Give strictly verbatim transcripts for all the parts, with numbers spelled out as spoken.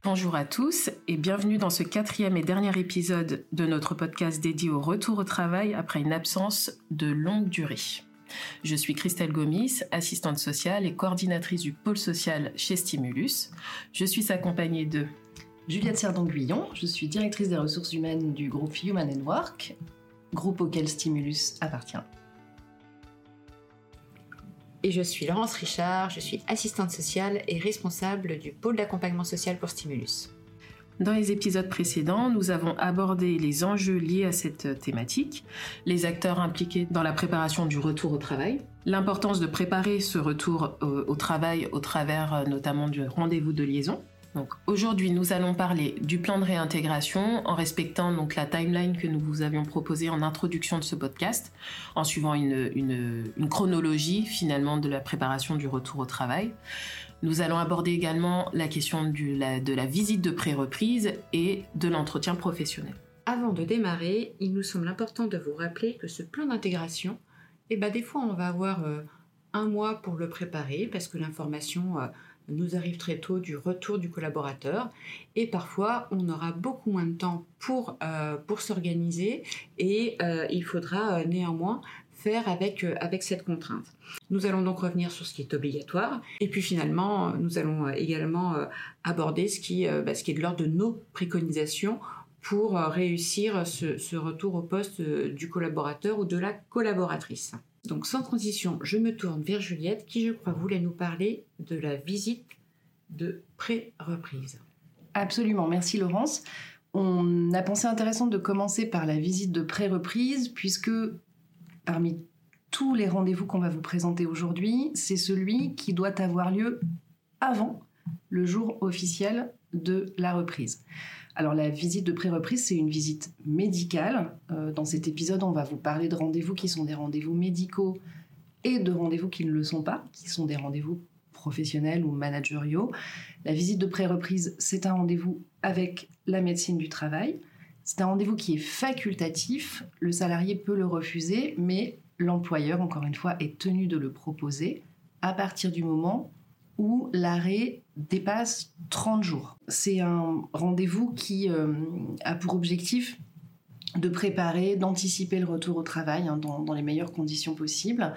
Bonjour à tous et bienvenue dans ce quatrième et dernier épisode de notre podcast dédié au retour au travail après une absence de longue durée. Je suis Christelle Gomis, assistante sociale et coordinatrice du pôle social chez Stimulus. Je suis accompagnée de Juliette Serdon-Guyon, je suis directrice des ressources humaines du groupe Human and Work, groupe auquel Stimulus appartient. Et je suis Laurence Richard, je suis assistante sociale et responsable du pôle d'accompagnement social pour Stimulus. Dans les épisodes précédents, nous avons abordé les enjeux liés à cette thématique, les acteurs impliqués dans la préparation du retour au travail, l'importance de préparer ce retour au, au travail au travers notamment du rendez-vous de liaison. Donc, aujourd'hui, nous allons parler du plan de réintégration en respectant donc, la timeline que nous vous avions proposée en introduction de ce podcast, en suivant une, une, une chronologie finalement de la préparation du retour au travail. Nous allons aborder également la question du, la, de la visite de pré-reprise et de l'entretien professionnel. Avant de démarrer, il nous semble important de vous rappeler que ce plan d'intégration, eh ben, des fois on va avoir euh, un mois pour le préparer parce que l'information... Euh, nous arrive très tôt du retour du collaborateur et parfois on aura beaucoup moins de temps pour, euh, pour s'organiser et euh, il faudra euh, néanmoins faire avec, euh, avec cette contrainte. Nous allons donc revenir sur ce qui est obligatoire et puis finalement euh, nous allons euh, également euh, aborder ce qui, euh, bah, ce qui est de l'ordre de nos préconisations pour euh, réussir ce, ce retour au poste euh, du collaborateur ou de la collaboratrice. Donc sans transition, je me tourne vers Juliette qui, je crois, voulait nous parler de la visite de pré-reprise. Absolument, merci Laurence. On a pensé intéressant de commencer par la visite de pré-reprise puisque parmi tous les rendez-vous qu'on va vous présenter aujourd'hui, c'est celui qui doit avoir lieu avant le jour officiel de la reprise. Alors la visite de pré-reprise, c'est une visite médicale. Euh, dans cet épisode, on va vous parler de rendez-vous qui sont des rendez-vous médicaux et de rendez-vous qui ne le sont pas, qui sont des rendez-vous professionnels ou managériaux. La visite de pré-reprise, c'est un rendez-vous avec la médecine du travail. C'est un rendez-vous qui est facultatif. Le salarié peut le refuser, mais l'employeur, encore une fois, est tenu de le proposer à partir du moment où l'arrêt dépasse trente jours. C'est un rendez-vous qui euh, a pour objectif de préparer, d'anticiper le retour au travail hein, dans, dans les meilleures conditions possibles.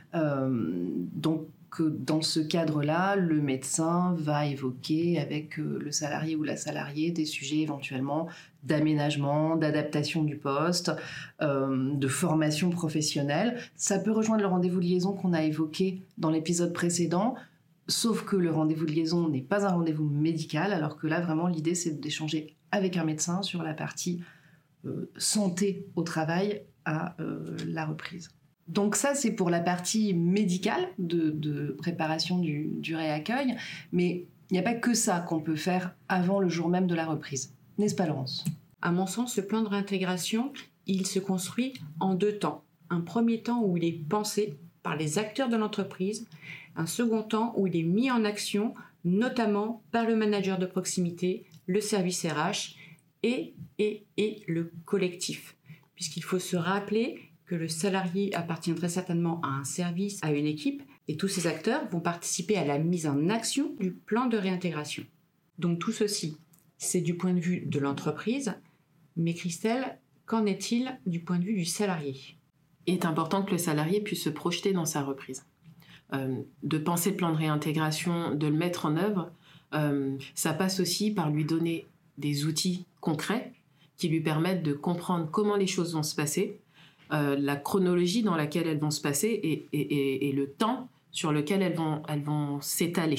Euh, donc, dans ce cadre-là, le médecin va évoquer avec euh, le salarié ou la salariée des sujets éventuellement d'aménagement, d'adaptation du poste, euh, de formation professionnelle. Ça peut rejoindre le rendez-vous de liaison qu'on a évoqué dans l'épisode précédent, sauf que le rendez-vous de liaison n'est pas un rendez-vous médical, alors que là, vraiment, l'idée, c'est d'échanger avec un médecin sur la partie euh, santé au travail à euh, la reprise. Donc ça, c'est pour la partie médicale de, de préparation du, du réaccueil, mais il n'y a pas que ça qu'on peut faire avant le jour même de la reprise. N'est-ce pas, Laurence ? À mon sens, ce plan de réintégration, il se construit en deux temps. Un premier temps où il est pensé par les acteurs de l'entreprise, un second temps où il est mis en action, notamment par le manager de proximité, le service R H et, et, et le collectif. Puisqu'il faut se rappeler que le salarié appartient très certainement à un service, à une équipe, et tous ces acteurs vont participer à la mise en action du plan de réintégration. Donc tout ceci, c'est du point de vue de l'entreprise, mais Christelle, qu'en est-il du point de vue du salarié ? Il est important que le salarié puisse se projeter dans sa reprise. Euh, de penser le plan de réintégration, de le mettre en œuvre, euh, ça passe aussi par lui donner des outils concrets qui lui permettent de comprendre comment les choses vont se passer, euh, la chronologie dans laquelle elles vont se passer et, et, et, et le temps sur lequel elles vont, elles vont s'étaler.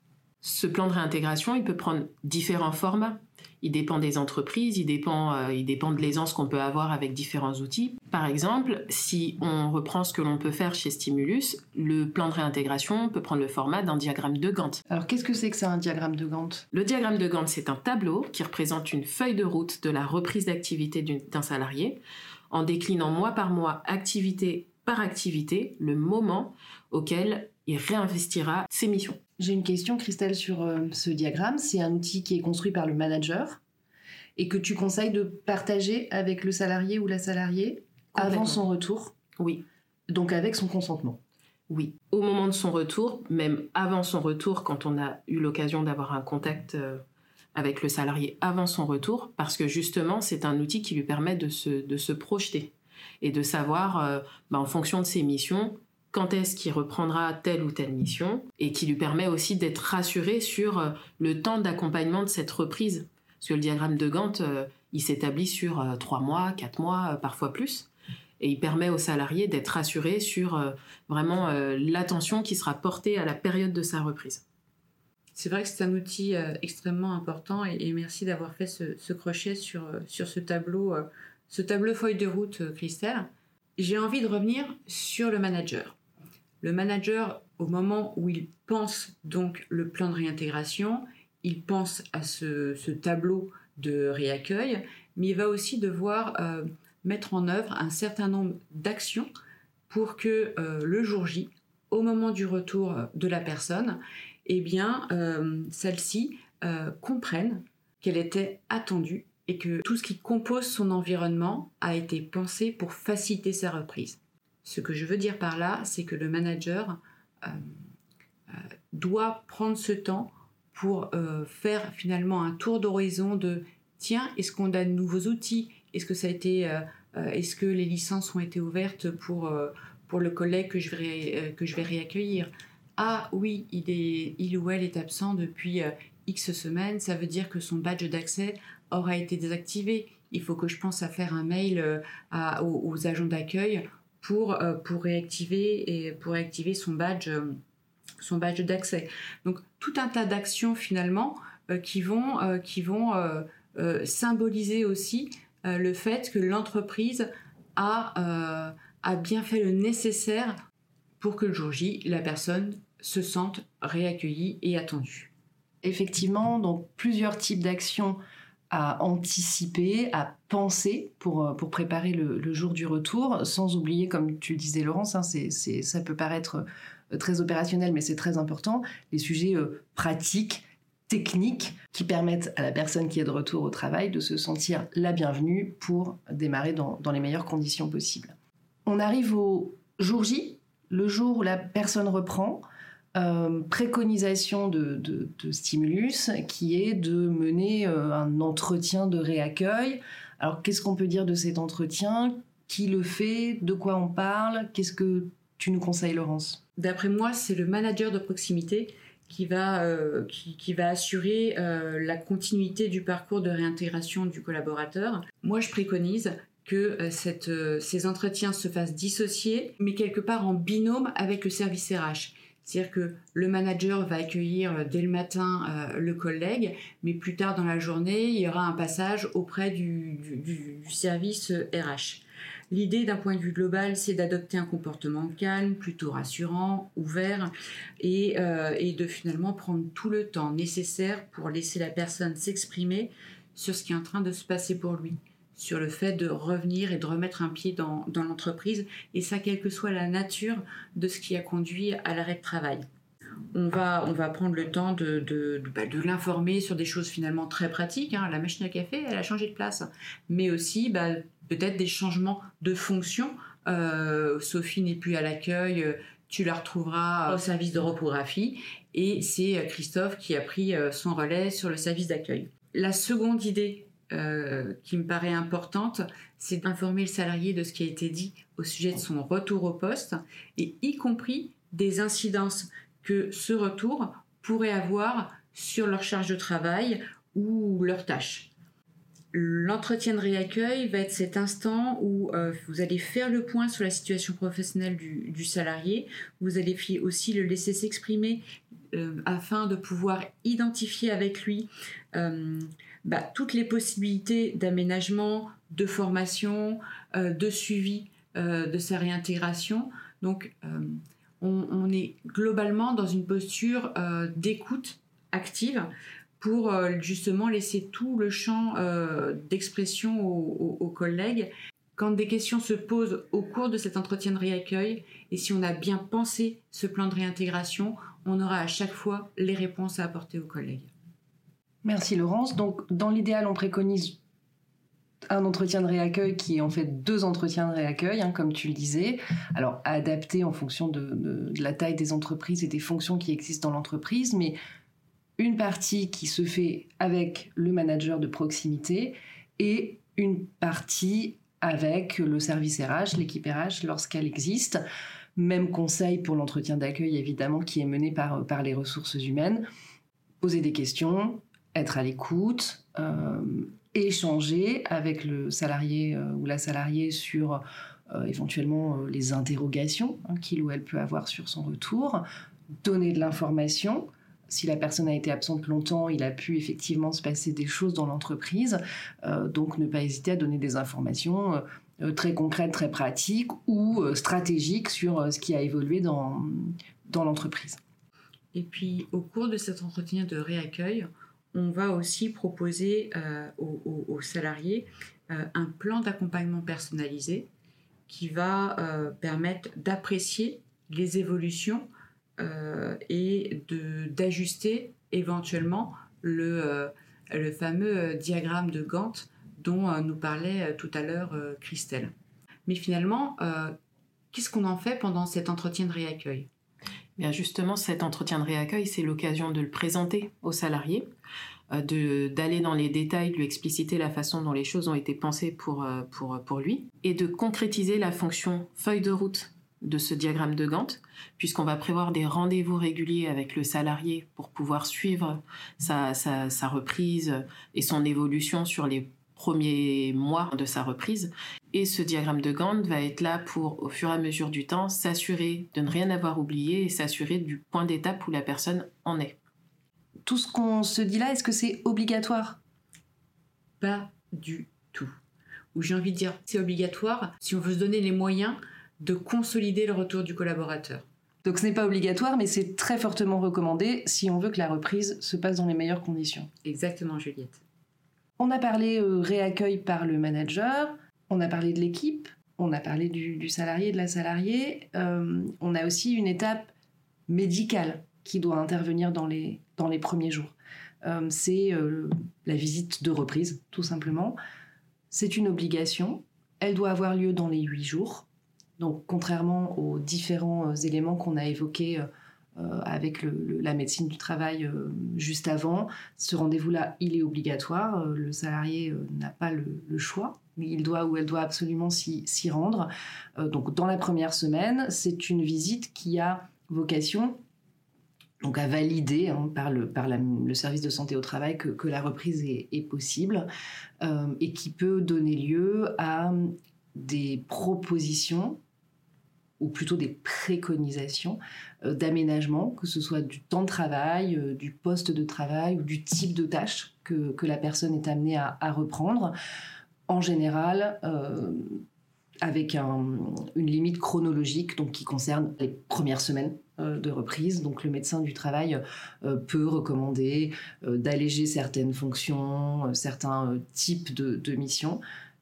Ce plan de réintégration, il peut prendre différents formats. Il dépend des entreprises, il dépend, euh, il dépend de l'aisance qu'on peut avoir avec différents outils. Par exemple, si on reprend ce que l'on peut faire chez Stimulus, le plan de réintégration peut prendre le format d'un diagramme de Gantt. Alors, qu'est-ce que c'est que ça, un diagramme de Gantt ? Le diagramme de Gantt, c'est un tableau qui représente une feuille de route de la reprise d'activité d'un salarié, en déclinant mois par mois, activité par activité, le moment auquel il réinvestira ses missions. J'ai une question, Christelle, sur euh, ce diagramme. C'est un outil qui est construit par le manager et que tu conseilles de partager avec le salarié ou la salariée avant son retour ? Oui. Donc avec son consentement ? Oui. Au moment de son retour, même avant son retour, quand on a eu l'occasion d'avoir un contact euh, avec le salarié avant son retour, parce que justement, c'est un outil qui lui permet de se, de se projeter et de savoir, euh, bah, en fonction de ses missions, quand est-ce qu'il reprendra telle ou telle mission, et qui lui permet aussi d'être rassuré sur euh, le temps d'accompagnement de cette reprise. Parce que le diagramme de Gantt, euh, il s'établit sur euh, trois mois, quatre mois, euh, parfois plus. Et il permet aux salariés d'être rassurés sur euh, vraiment euh, l'attention qui sera portée à la période de sa reprise. C'est vrai que c'est un outil euh, extrêmement important et, et merci d'avoir fait ce, ce crochet sur, euh, sur ce tableau, euh, ce tableau feuille de route, euh, Christelle. J'ai envie de revenir sur le manager. Le manager, au moment où il pense donc le plan de réintégration, il pense à ce, ce tableau de réaccueil, mais il va aussi devoir euh, mettre en œuvre un certain nombre d'actions pour que euh, le jour J, au moment du retour de la personne, eh bien, euh, celle-ci euh, comprenne qu'elle était attendue et que tout ce qui compose son environnement a été pensé pour faciliter sa reprise. Ce que je veux dire par là, c'est que le manager euh, euh, doit prendre ce temps pour euh, faire finalement un tour d'horizon de « Tiens, est-ce qu'on a de nouveaux outils ? Est-ce que ça a été, euh, euh, est-ce que les licences ont été ouvertes pour, euh, pour le collègue que je vais, ré, euh, que je vais réaccueillir ? Ah oui, il, est, il ou elle est absent depuis euh, X semaines, ça veut dire que son badge d'accès aura été désactivé. Il faut que je pense à faire un mail euh, à, aux, aux agents d'accueil pour, euh, pour, réactiver, et pour réactiver son badge, euh, son badge d'accès. Donc tout un tas d'actions finalement euh, qui vont, euh, qui vont euh, euh, symboliser aussi euh, le fait que l'entreprise a, euh, a bien fait le nécessaire pour que le jour J, la personne se sente réaccueillie et attendue. Effectivement, donc plusieurs types d'actions à anticiper, à penser pour, pour préparer le, le jour du retour, sans oublier, comme tu le disais Laurence, hein, c'est, c'est, ça peut paraître très opérationnel, mais c'est très important, les sujets euh, pratiques, techniques, qui permettent à la personne qui est de retour au travail de se sentir la bienvenue pour démarrer dans, dans les meilleures conditions possibles. On arrive au jour J, le jour où la personne reprend. Euh, préconisation de, de, de stimulus qui est de mener euh, un entretien de réaccueil. Alors qu'est-ce qu'on peut dire de cet entretien ? Qui le fait ? De quoi on parle ? Qu'est-ce que tu nous conseilles, Laurence ? D'après moi, c'est le manager de proximité qui va, euh, qui, qui va assurer euh, la continuité du parcours de réintégration du collaborateur. Moi, je préconise que euh, cette, euh, ces entretiens se fassent dissocier, mais quelque part en binôme avec le service R H. C'est-à-dire que le manager va accueillir dès le matin euh, le collègue, mais plus tard dans la journée, il y aura un passage auprès du, du, du service R H. L'idée d'un point de vue global, c'est d'adopter un comportement calme, plutôt rassurant, ouvert, et, euh, et de finalement prendre tout le temps nécessaire pour laisser la personne s'exprimer sur ce qui est en train de se passer pour lui, sur le fait de revenir et de remettre un pied dans, dans l'entreprise, et ça, quelle que soit la nature de ce qui a conduit à l'arrêt de travail. On va, on va prendre le temps de, de, de, bah, de l'informer sur des choses finalement très pratiques. Hein. La machine à café, elle a changé de place. Mais aussi, bah, peut-être des changements de fonction. Euh, Sophie n'est plus à l'accueil, tu la retrouveras au service de reprographie. Et c'est Christophe qui a pris son relais sur le service d'accueil. La seconde idée Euh, qui me paraît importante, c'est d'informer le salarié de ce qui a été dit au sujet de son retour au poste, et y compris des incidences que ce retour pourrait avoir sur leur charge de travail ou leurs tâches. L'entretien de réaccueil va être cet instant où euh, vous allez faire le point sur la situation professionnelle du, du salarié, vous allez aussi le laisser s'exprimer euh, afin de pouvoir identifier avec lui euh, Bah, toutes les possibilités d'aménagement, de formation, euh, de suivi euh, de sa réintégration. Donc, euh, on, on est globalement dans une posture euh, d'écoute active pour euh, justement laisser tout le champ euh, d'expression aux, aux, aux collègues. Quand des questions se posent au cours de cet entretien de réaccueil, et si on a bien pensé ce plan de réintégration, on aura à chaque fois les réponses à apporter aux collègues. Merci Laurence. Donc, dans l'idéal, on préconise un entretien de réaccueil qui est en fait deux entretiens de réaccueil, hein, comme tu le disais. Alors, adapté en fonction de, de, de la taille des entreprises et des fonctions qui existent dans l'entreprise, mais une partie qui se fait avec le manager de proximité et une partie avec le service R H, l'équipe R H lorsqu'elle existe. Même conseil pour l'entretien d'accueil, évidemment, qui est mené par, par les ressources humaines. Poser des questions, être à l'écoute, euh, échanger avec le salarié euh, ou la salariée sur euh, éventuellement euh, les interrogations hein, qu'il ou elle peut avoir sur son retour, donner de l'information. Si la personne a été absente longtemps, il a pu effectivement se passer des choses dans l'entreprise, euh, donc ne pas hésiter à donner des informations euh, très concrètes, très pratiques ou euh, stratégiques sur euh, ce qui a évolué dans, dans l'entreprise. Et puis, au cours de cet entretien de réaccueil, on va aussi proposer euh, aux, aux, aux salariés euh, un plan d'accompagnement personnalisé qui va euh, permettre d'apprécier les évolutions euh, et de, d'ajuster éventuellement le, euh, le fameux diagramme de Gantt dont euh, nous parlait euh, tout à l'heure euh, Christelle. Mais finalement, euh, qu'est-ce qu'on en fait pendant cet entretien de réaccueil ? Bien justement, cet entretien de réaccueil, c'est l'occasion de le présenter aux salariés, euh, de, d'aller dans les détails, de lui expliciter la façon dont les choses ont été pensées pour, euh, pour, pour lui, et de concrétiser la fonction feuille de route de ce diagramme de Gantt, puisqu'on va prévoir des rendez-vous réguliers avec le salarié pour pouvoir suivre sa, sa, sa reprise et son évolution sur les premiers mois de sa reprise. Et ce diagramme de Gantt va être là pour, au fur et à mesure du temps, s'assurer de ne rien avoir oublié et s'assurer du point d'étape où la personne en est. Tout ce qu'on se dit là, est-ce que c'est obligatoire ? Pas du tout. Ou j'ai envie de dire, c'est obligatoire si on veut se donner les moyens de consolider le retour du collaborateur. Donc ce n'est pas obligatoire, mais c'est très fortement recommandé si on veut que la reprise se passe dans les meilleures conditions. Exactement, Juliette. On a parlé euh, réaccueil par le manager, on a parlé de l'équipe, on a parlé du, du salarié, de la salariée. Euh, on a aussi une étape médicale qui doit intervenir dans les, dans les premiers jours. Euh, c'est euh, la visite de reprise, tout simplement. C'est une obligation. Elle doit avoir lieu dans les huit jours. Donc, contrairement aux différents euh, éléments qu'on a évoqués euh, euh, avec le, le, la médecine du travail euh, juste avant, ce rendez-vous-là, il est obligatoire. Euh, le salarié euh, n'a pas le, le choix. Il doit ou elle doit absolument s'y, s'y rendre. Euh, donc, dans la première semaine, c'est une visite qui a vocation donc à valider hein, par, le, par la, le service de santé au travail que, que la reprise est, est possible euh, et qui peut donner lieu à des propositions ou plutôt des préconisations euh, d'aménagement, que ce soit du temps de travail, euh, du poste de travail ou du type de tâche que, que la personne est amenée à, à reprendre. En général, euh, avec un, une limite chronologique donc, qui concerne les premières semaines euh, de reprise. Donc le médecin du travail euh, peut recommander euh, d'alléger certaines fonctions, euh, certains euh, types de, de missions.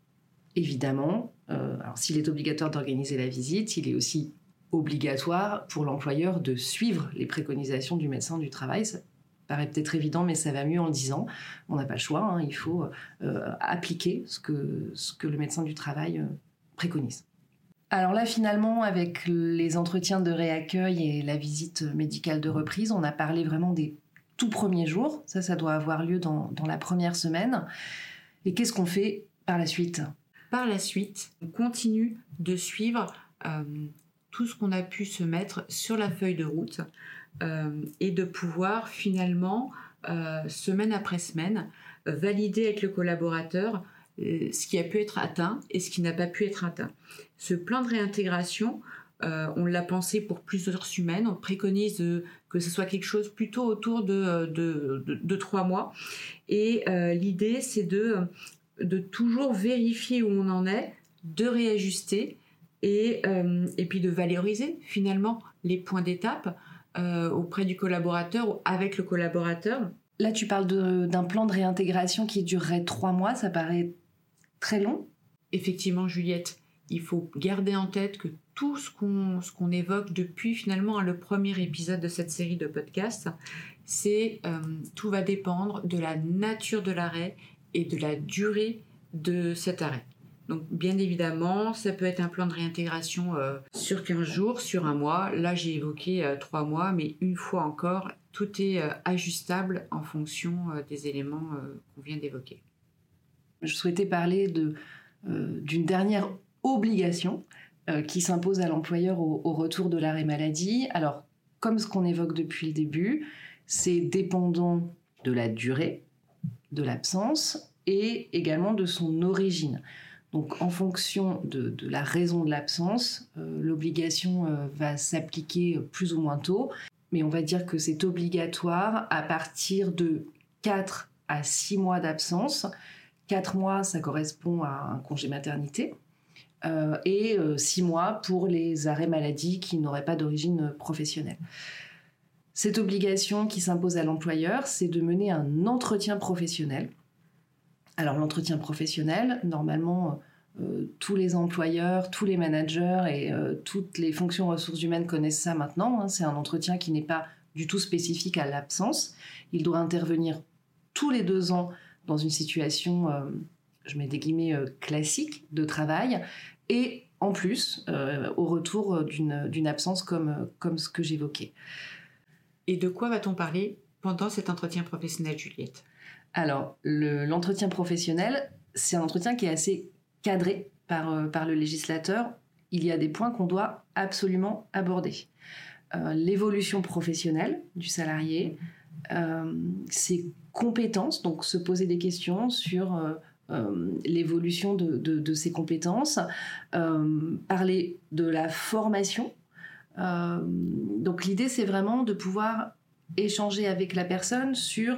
Évidemment, euh, alors s'il est obligatoire d'organiser la visite, il est aussi obligatoire pour l'employeur de suivre les préconisations du médecin du travail. Ça paraît peut-être évident, mais ça va mieux en le disant. On n'a pas le choix, hein, il faut euh, appliquer ce que, ce que le médecin du travail euh, préconise. Alors là, finalement, avec les entretiens de réaccueil et la visite médicale de reprise, on a parlé vraiment des tout premiers jours. Ça, ça doit avoir lieu dans, dans la première semaine. Et qu'est-ce qu'on fait par la suite ? Par la suite, on continue de suivre euh, tout ce qu'on a pu se mettre sur la feuille de route euh, et de pouvoir finalement, euh, semaine après semaine, valider avec le collaborateur euh, ce qui a pu être atteint et ce qui n'a pas pu être atteint. Ce plan de réintégration, euh, on l'a pensé pour plusieurs semaines. On préconise euh, que ce soit quelque chose plutôt autour de, de, de, de trois mois. Et euh, l'idée, c'est de... de toujours vérifier où on en est, de réajuster et, euh, et puis de valoriser finalement les points d'étape euh, auprès du collaborateur ou avec le collaborateur. Là, tu parles de, d'un plan de réintégration qui durerait trois mois, ça paraît très long. Effectivement, Juliette, il faut garder en tête que tout ce qu'on, ce qu'on évoque depuis finalement le premier épisode de cette série de podcasts, c'est euh, tout va dépendre de la nature de l'arrêt et de la durée de cet arrêt. Donc bien évidemment, ça peut être un plan de réintégration euh, sur quinze jours, sur un mois. Là, j'ai évoqué euh, trois mois, mais une fois encore, tout est euh, ajustable en fonction euh, des éléments euh, qu'on vient d'évoquer. Je souhaitais parler de, euh, d'une dernière obligation euh, qui s'impose à l'employeur au, au retour de l'arrêt maladie. Alors, comme ce qu'on évoque depuis le début, c'est dépendant de la durée de l'absence et également de son origine. Donc, en fonction de, de la raison de l'absence, euh, l'obligation euh, va s'appliquer plus ou moins tôt, mais on va dire que c'est obligatoire à partir de quatre à six mois d'absence. quatre mois, ça correspond à un congé maternité, euh, et euh, six mois pour les arrêts maladie qui n'auraient pas d'origine professionnelle. Cette obligation qui s'impose à l'employeur, c'est de mener un entretien professionnel. Alors l'entretien professionnel, normalement, euh, tous les employeurs, tous les managers et euh, toutes les fonctions ressources humaines connaissent ça maintenant. Hein. C'est un entretien qui n'est pas du tout spécifique à l'absence. Il doit intervenir tous les deux ans dans une situation, euh, je mets des guillemets, euh, classique de travail, et en plus, euh, au retour d'une, d'une absence comme, comme ce que j'évoquais. Et de quoi va-t-on parler pendant cet entretien professionnel, Juliette ? Alors, le, l'entretien professionnel, c'est un entretien qui est assez cadré par, euh, par le législateur. Il y a des points qu'on doit absolument aborder. Euh, l'évolution professionnelle du salarié, euh, ses compétences, donc se poser des questions sur euh, euh, l'évolution de, de, de ses compétences, euh, parler de la formation. Euh, donc l'idée, c'est vraiment de pouvoir échanger avec la personne sur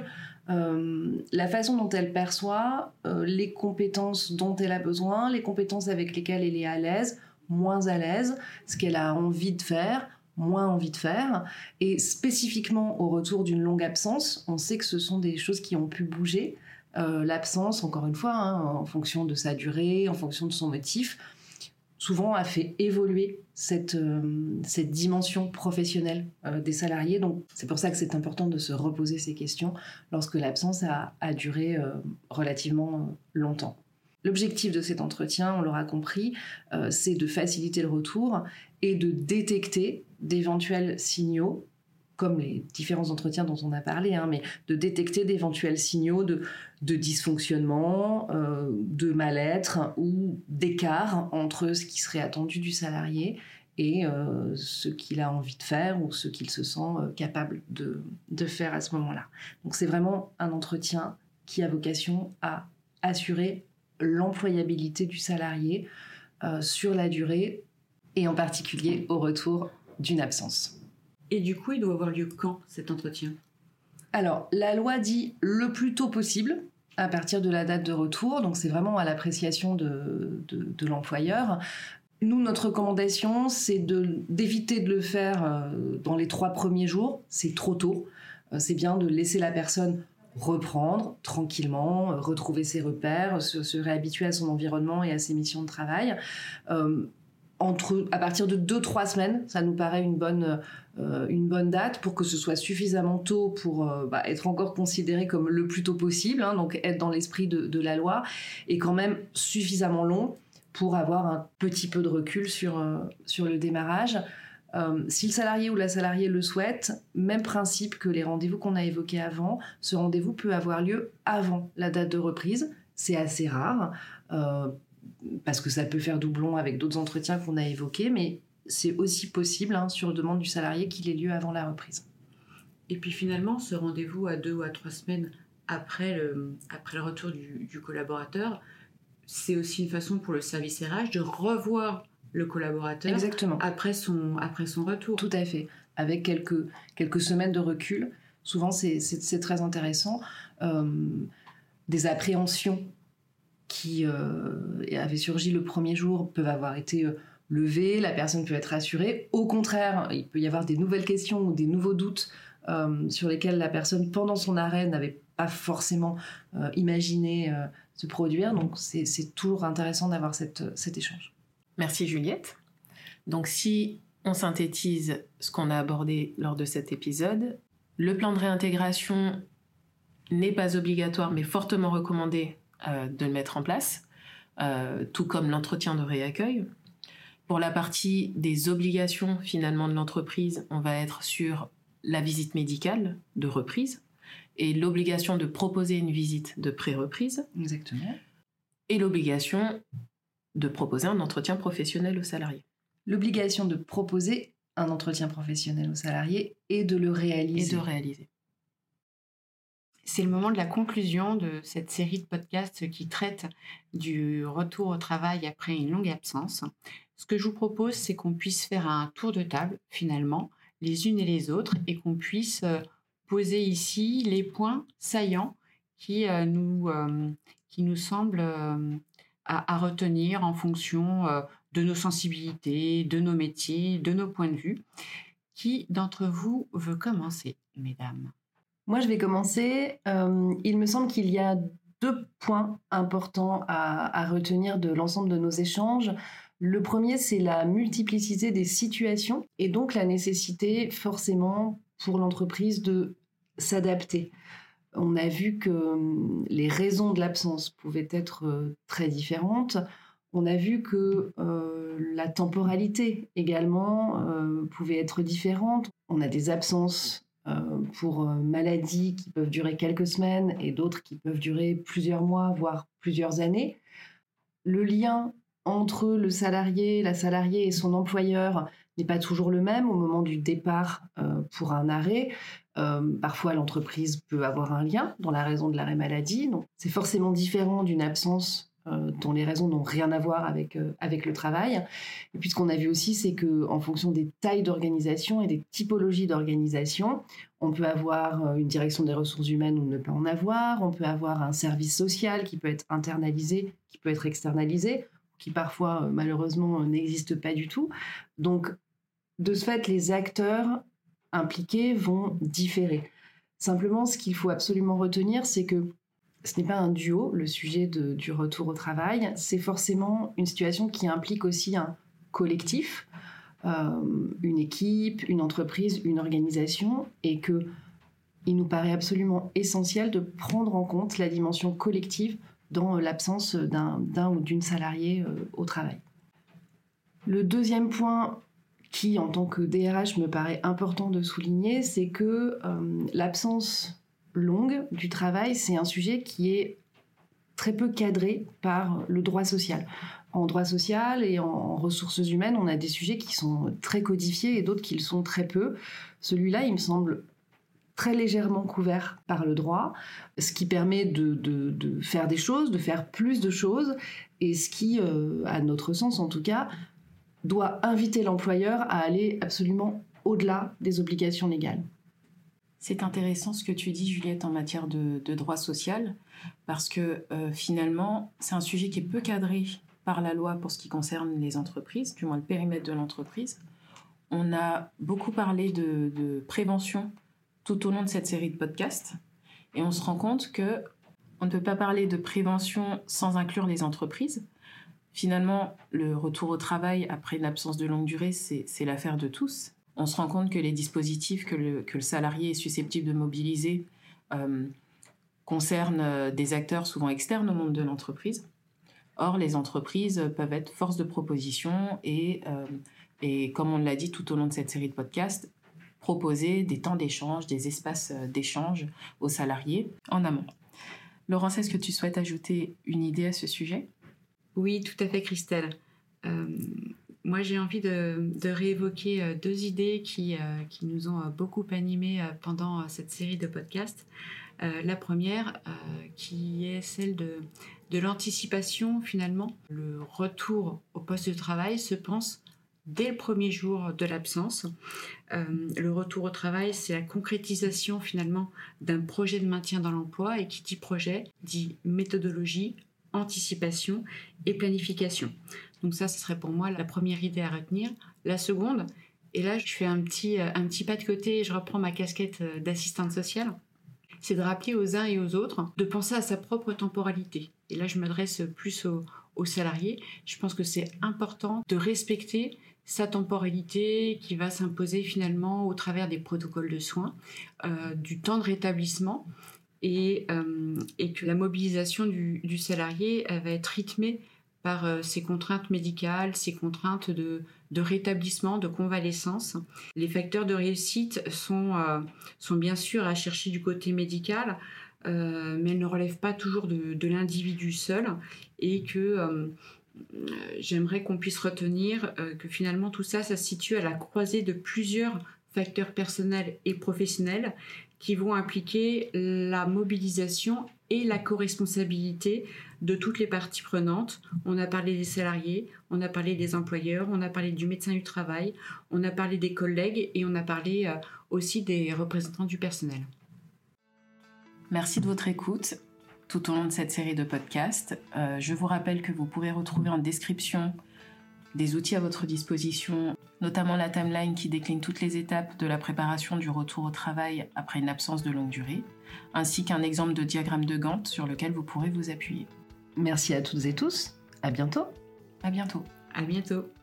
euh, la façon dont elle perçoit euh, les compétences dont elle a besoin, les compétences avec lesquelles elle est à l'aise, moins à l'aise, ce qu'elle a envie de faire, moins envie de faire. Et spécifiquement au retour d'une longue absence, on sait que ce sont des choses qui ont pu bouger. Euh, l'absence, encore une fois, hein, en fonction de sa durée, en fonction de son motif, souvent a fait évoluer cette, euh, cette dimension professionnelle euh, des salariés. Donc c'est pour ça que c'est important de se reposer ces questions lorsque l'absence a, a duré euh, relativement longtemps. L'objectif de cet entretien, on l'aura compris, euh, c'est de faciliter le retour et de détecter d'éventuels signaux, comme les différents entretiens dont on a parlé, hein, mais de détecter d'éventuels signaux de, de dysfonctionnement, euh, de mal-être ou d'écart entre ce qui serait attendu du salarié et euh, ce qu'il a envie de faire ou ce qu'il se sent euh, capable de, de faire à ce moment-là. Donc c'est vraiment un entretien qui a vocation à assurer l'employabilité du salarié euh, sur la durée et en particulier au retour d'une absence. Et du coup, il doit avoir lieu quand, cet entretien ? Alors, la loi dit le plus tôt possible, à partir de la date de retour, donc c'est vraiment à l'appréciation de, de, de l'employeur. Nous, notre recommandation, c'est de, d'éviter de le faire euh, dans les trois premiers jours, c'est trop tôt. Euh, c'est bien de laisser la personne reprendre tranquillement, euh, retrouver ses repères, se, se réhabituer à son environnement et à ses missions de travail. Euh, Entre, à partir de deux trois semaines, ça nous paraît une bonne, euh, une bonne date pour que ce soit suffisamment tôt pour euh, bah, être encore considéré comme le plus tôt possible, hein, donc être dans l'esprit de, de la loi, et quand même suffisamment long pour avoir un petit peu de recul sur, euh, sur le démarrage. Euh, si le salarié ou la salariée le souhaite, même principe que les rendez-vous qu'on a évoqués avant, ce rendez-vous peut avoir lieu avant la date de reprise. C'est assez rare. Euh, parce que ça peut faire doublon avec d'autres entretiens qu'on a évoqués, mais c'est aussi possible, hein, sur demande du salarié, qu'il ait lieu avant la reprise. Et puis finalement, ce rendez-vous à deux ou à trois semaines après le, après le retour du, du collaborateur, c'est aussi une façon pour le service R H de revoir le collaborateur. Exactement. Après son, après son retour. Tout à fait. Avec quelques, quelques semaines de recul, souvent c'est, c'est, c'est très intéressant. Euh, des appréhensions qui euh, avaient surgi le premier jour peuvent avoir été euh, levées, la personne peut être rassurée. Au contraire, il peut y avoir des nouvelles questions ou des nouveaux doutes euh, sur lesquels la personne, pendant son arrêt, n'avait pas forcément euh, imaginé euh, se produire. Donc c'est, c'est toujours intéressant d'avoir cette, cet échange. Merci Juliette. Donc si on synthétise ce qu'on a abordé lors de cet épisode, le plan de réintégration n'est pas obligatoire mais fortement recommandé euh, de le mettre en place, euh, tout comme l'entretien de réaccueil. Pour la partie des obligations finalement de l'entreprise, on va être sur la visite médicale de reprise et l'obligation de proposer une visite de pré-reprise. Exactement. Et l'obligation de proposer un entretien professionnel au salarié. L'obligation de proposer un entretien professionnel au salarié et de le réaliser. Et de réaliser. C'est le moment de la conclusion de cette série de podcasts qui traite du retour au travail après une longue absence. Ce que je vous propose, c'est qu'on puisse faire un tour de table, finalement, les unes et les autres, et qu'on puisse poser ici les points saillants qui, euh, nous, euh, qui nous semblent euh, à, à retenir en fonction euh, de nos sensibilités, de nos métiers, de nos points de vue. Qui d'entre vous veut commencer, mesdames ? Moi, je vais commencer. Euh, il me semble qu'il y a deux points importants à, à retenir de l'ensemble de nos échanges. Le premier, c'est la multiplicité des situations et donc la nécessité forcément pour l'entreprise de s'adapter. On a vu que les raisons de l'absence pouvaient être très différentes. On a vu que euh, la temporalité également euh, pouvait être différente. On a des absences euh, pour euh, maladies qui peuvent durer quelques semaines et d'autres qui peuvent durer plusieurs mois, voire plusieurs années. Le lien entre le salarié, la salariée et son employeur n'est pas toujours le même au moment du départ euh, pour un arrêt. Euh, parfois, l'entreprise peut avoir un lien dans la raison de l'arrêt maladie. Donc, c'est forcément différent d'une absence euh, dont les raisons n'ont rien à voir avec, euh, avec le travail. Et puis, ce qu'on a vu aussi, c'est qu'en fonction des tailles d'organisation et des typologies d'organisation, on peut avoir une direction des ressources humaines ou ne pas en avoir. On peut avoir un service social qui peut être internalisé, qui peut être externalisé, qui parfois, malheureusement, n'existe pas du tout. Donc, de ce fait, les acteurs impliqués vont différer. Simplement, ce qu'il faut absolument retenir, c'est que ce n'est pas un duo, le sujet de, du retour au travail. C'est forcément une situation qui implique aussi un collectif, euh, une équipe, une entreprise, une organisation, et qu'il nous paraît absolument essentiel de prendre en compte la dimension collective dans l'absence d'un, d'un ou d'une salariée euh, au travail. Le deuxième point qui, en tant que D R H, me paraît important de souligner, c'est que euh, l'absence longue du travail, c'est un sujet qui est très peu cadré par le droit social. En droit social et en ressources humaines, on a des sujets qui sont très codifiés et d'autres qui le sont très peu. Celui-là, il me semble très légèrement couvert par le droit, ce qui permet de, de, de faire des choses, de faire plus de choses, et ce qui, euh, à notre sens en tout cas, doit inviter l'employeur à aller absolument au-delà des obligations légales. C'est intéressant ce que tu dis, Juliette, en matière de, de droit social, parce que euh, finalement, c'est un sujet qui est peu cadré par la loi pour ce qui concerne les entreprises, du moins le périmètre de l'entreprise. On a beaucoup parlé de, de prévention tout au long de cette série de podcasts, et on se rend compte qu'on ne peut pas parler de prévention sans inclure les entreprises. Finalement, le retour au travail après une absence de longue durée, c'est, c'est l'affaire de tous. On se rend compte que les dispositifs que le, que le salarié est susceptible de mobiliser euh, concernent des acteurs souvent externes au monde de l'entreprise. Or, les entreprises peuvent être force de proposition et, euh, et, comme on l'a dit tout au long de cette série de podcasts, proposer des temps d'échange, des espaces d'échange aux salariés en amont. Laurence, est-ce que tu souhaites ajouter une idée à ce sujet ? Oui, tout à fait, Christelle. Euh, moi, j'ai envie de, de réévoquer deux idées qui, euh, qui nous ont beaucoup animés pendant cette série de podcasts. Euh, la première, euh, qui est celle de, de l'anticipation, finalement. Le retour au poste de travail se pense dès le premier jour de l'absence. Euh, le retour au travail, c'est la concrétisation, finalement, d'un projet de maintien dans l'emploi. Et qui dit projet, dit méthodologie, anticipation et planification. Donc ça, ce serait pour moi la première idée à retenir. La seconde, et là, je fais un petit, un petit pas de côté et je reprends ma casquette d'assistante sociale, c'est de rappeler aux uns et aux autres de penser à sa propre temporalité. Et là, je m'adresse plus aux, aux salariés. Je pense que c'est important de respecter sa temporalité qui va s'imposer finalement au travers des protocoles de soins, euh, du temps de rétablissement, Et, euh, et que la mobilisation du, du salarié elle va être rythmée par euh, ces contraintes médicales, ces contraintes de, de rétablissement, de convalescence. Les facteurs de réussite sont, euh, sont bien sûr à chercher du côté médical, euh, mais elles ne relèvent pas toujours de, de l'individu seul, et que euh, j'aimerais qu'on puisse retenir euh, que finalement tout ça, ça se situe à la croisée de plusieurs facteurs personnels et professionnels qui vont impliquer la mobilisation et la co-responsabilité de toutes les parties prenantes. On a parlé des salariés, on a parlé des employeurs, on a parlé du médecin du travail, on a parlé des collègues et on a parlé euh, aussi des représentants du personnel. Merci de votre écoute tout au long de cette série de podcasts. Euh, je vous rappelle que vous pourrez retrouver en description des outils à votre disposition, notamment la timeline qui décline toutes les étapes de la préparation du retour au travail après une absence de longue durée, ainsi qu'un exemple de diagramme de Gantt sur lequel vous pourrez vous appuyer. Merci à toutes et tous. À bientôt. À bientôt. À bientôt.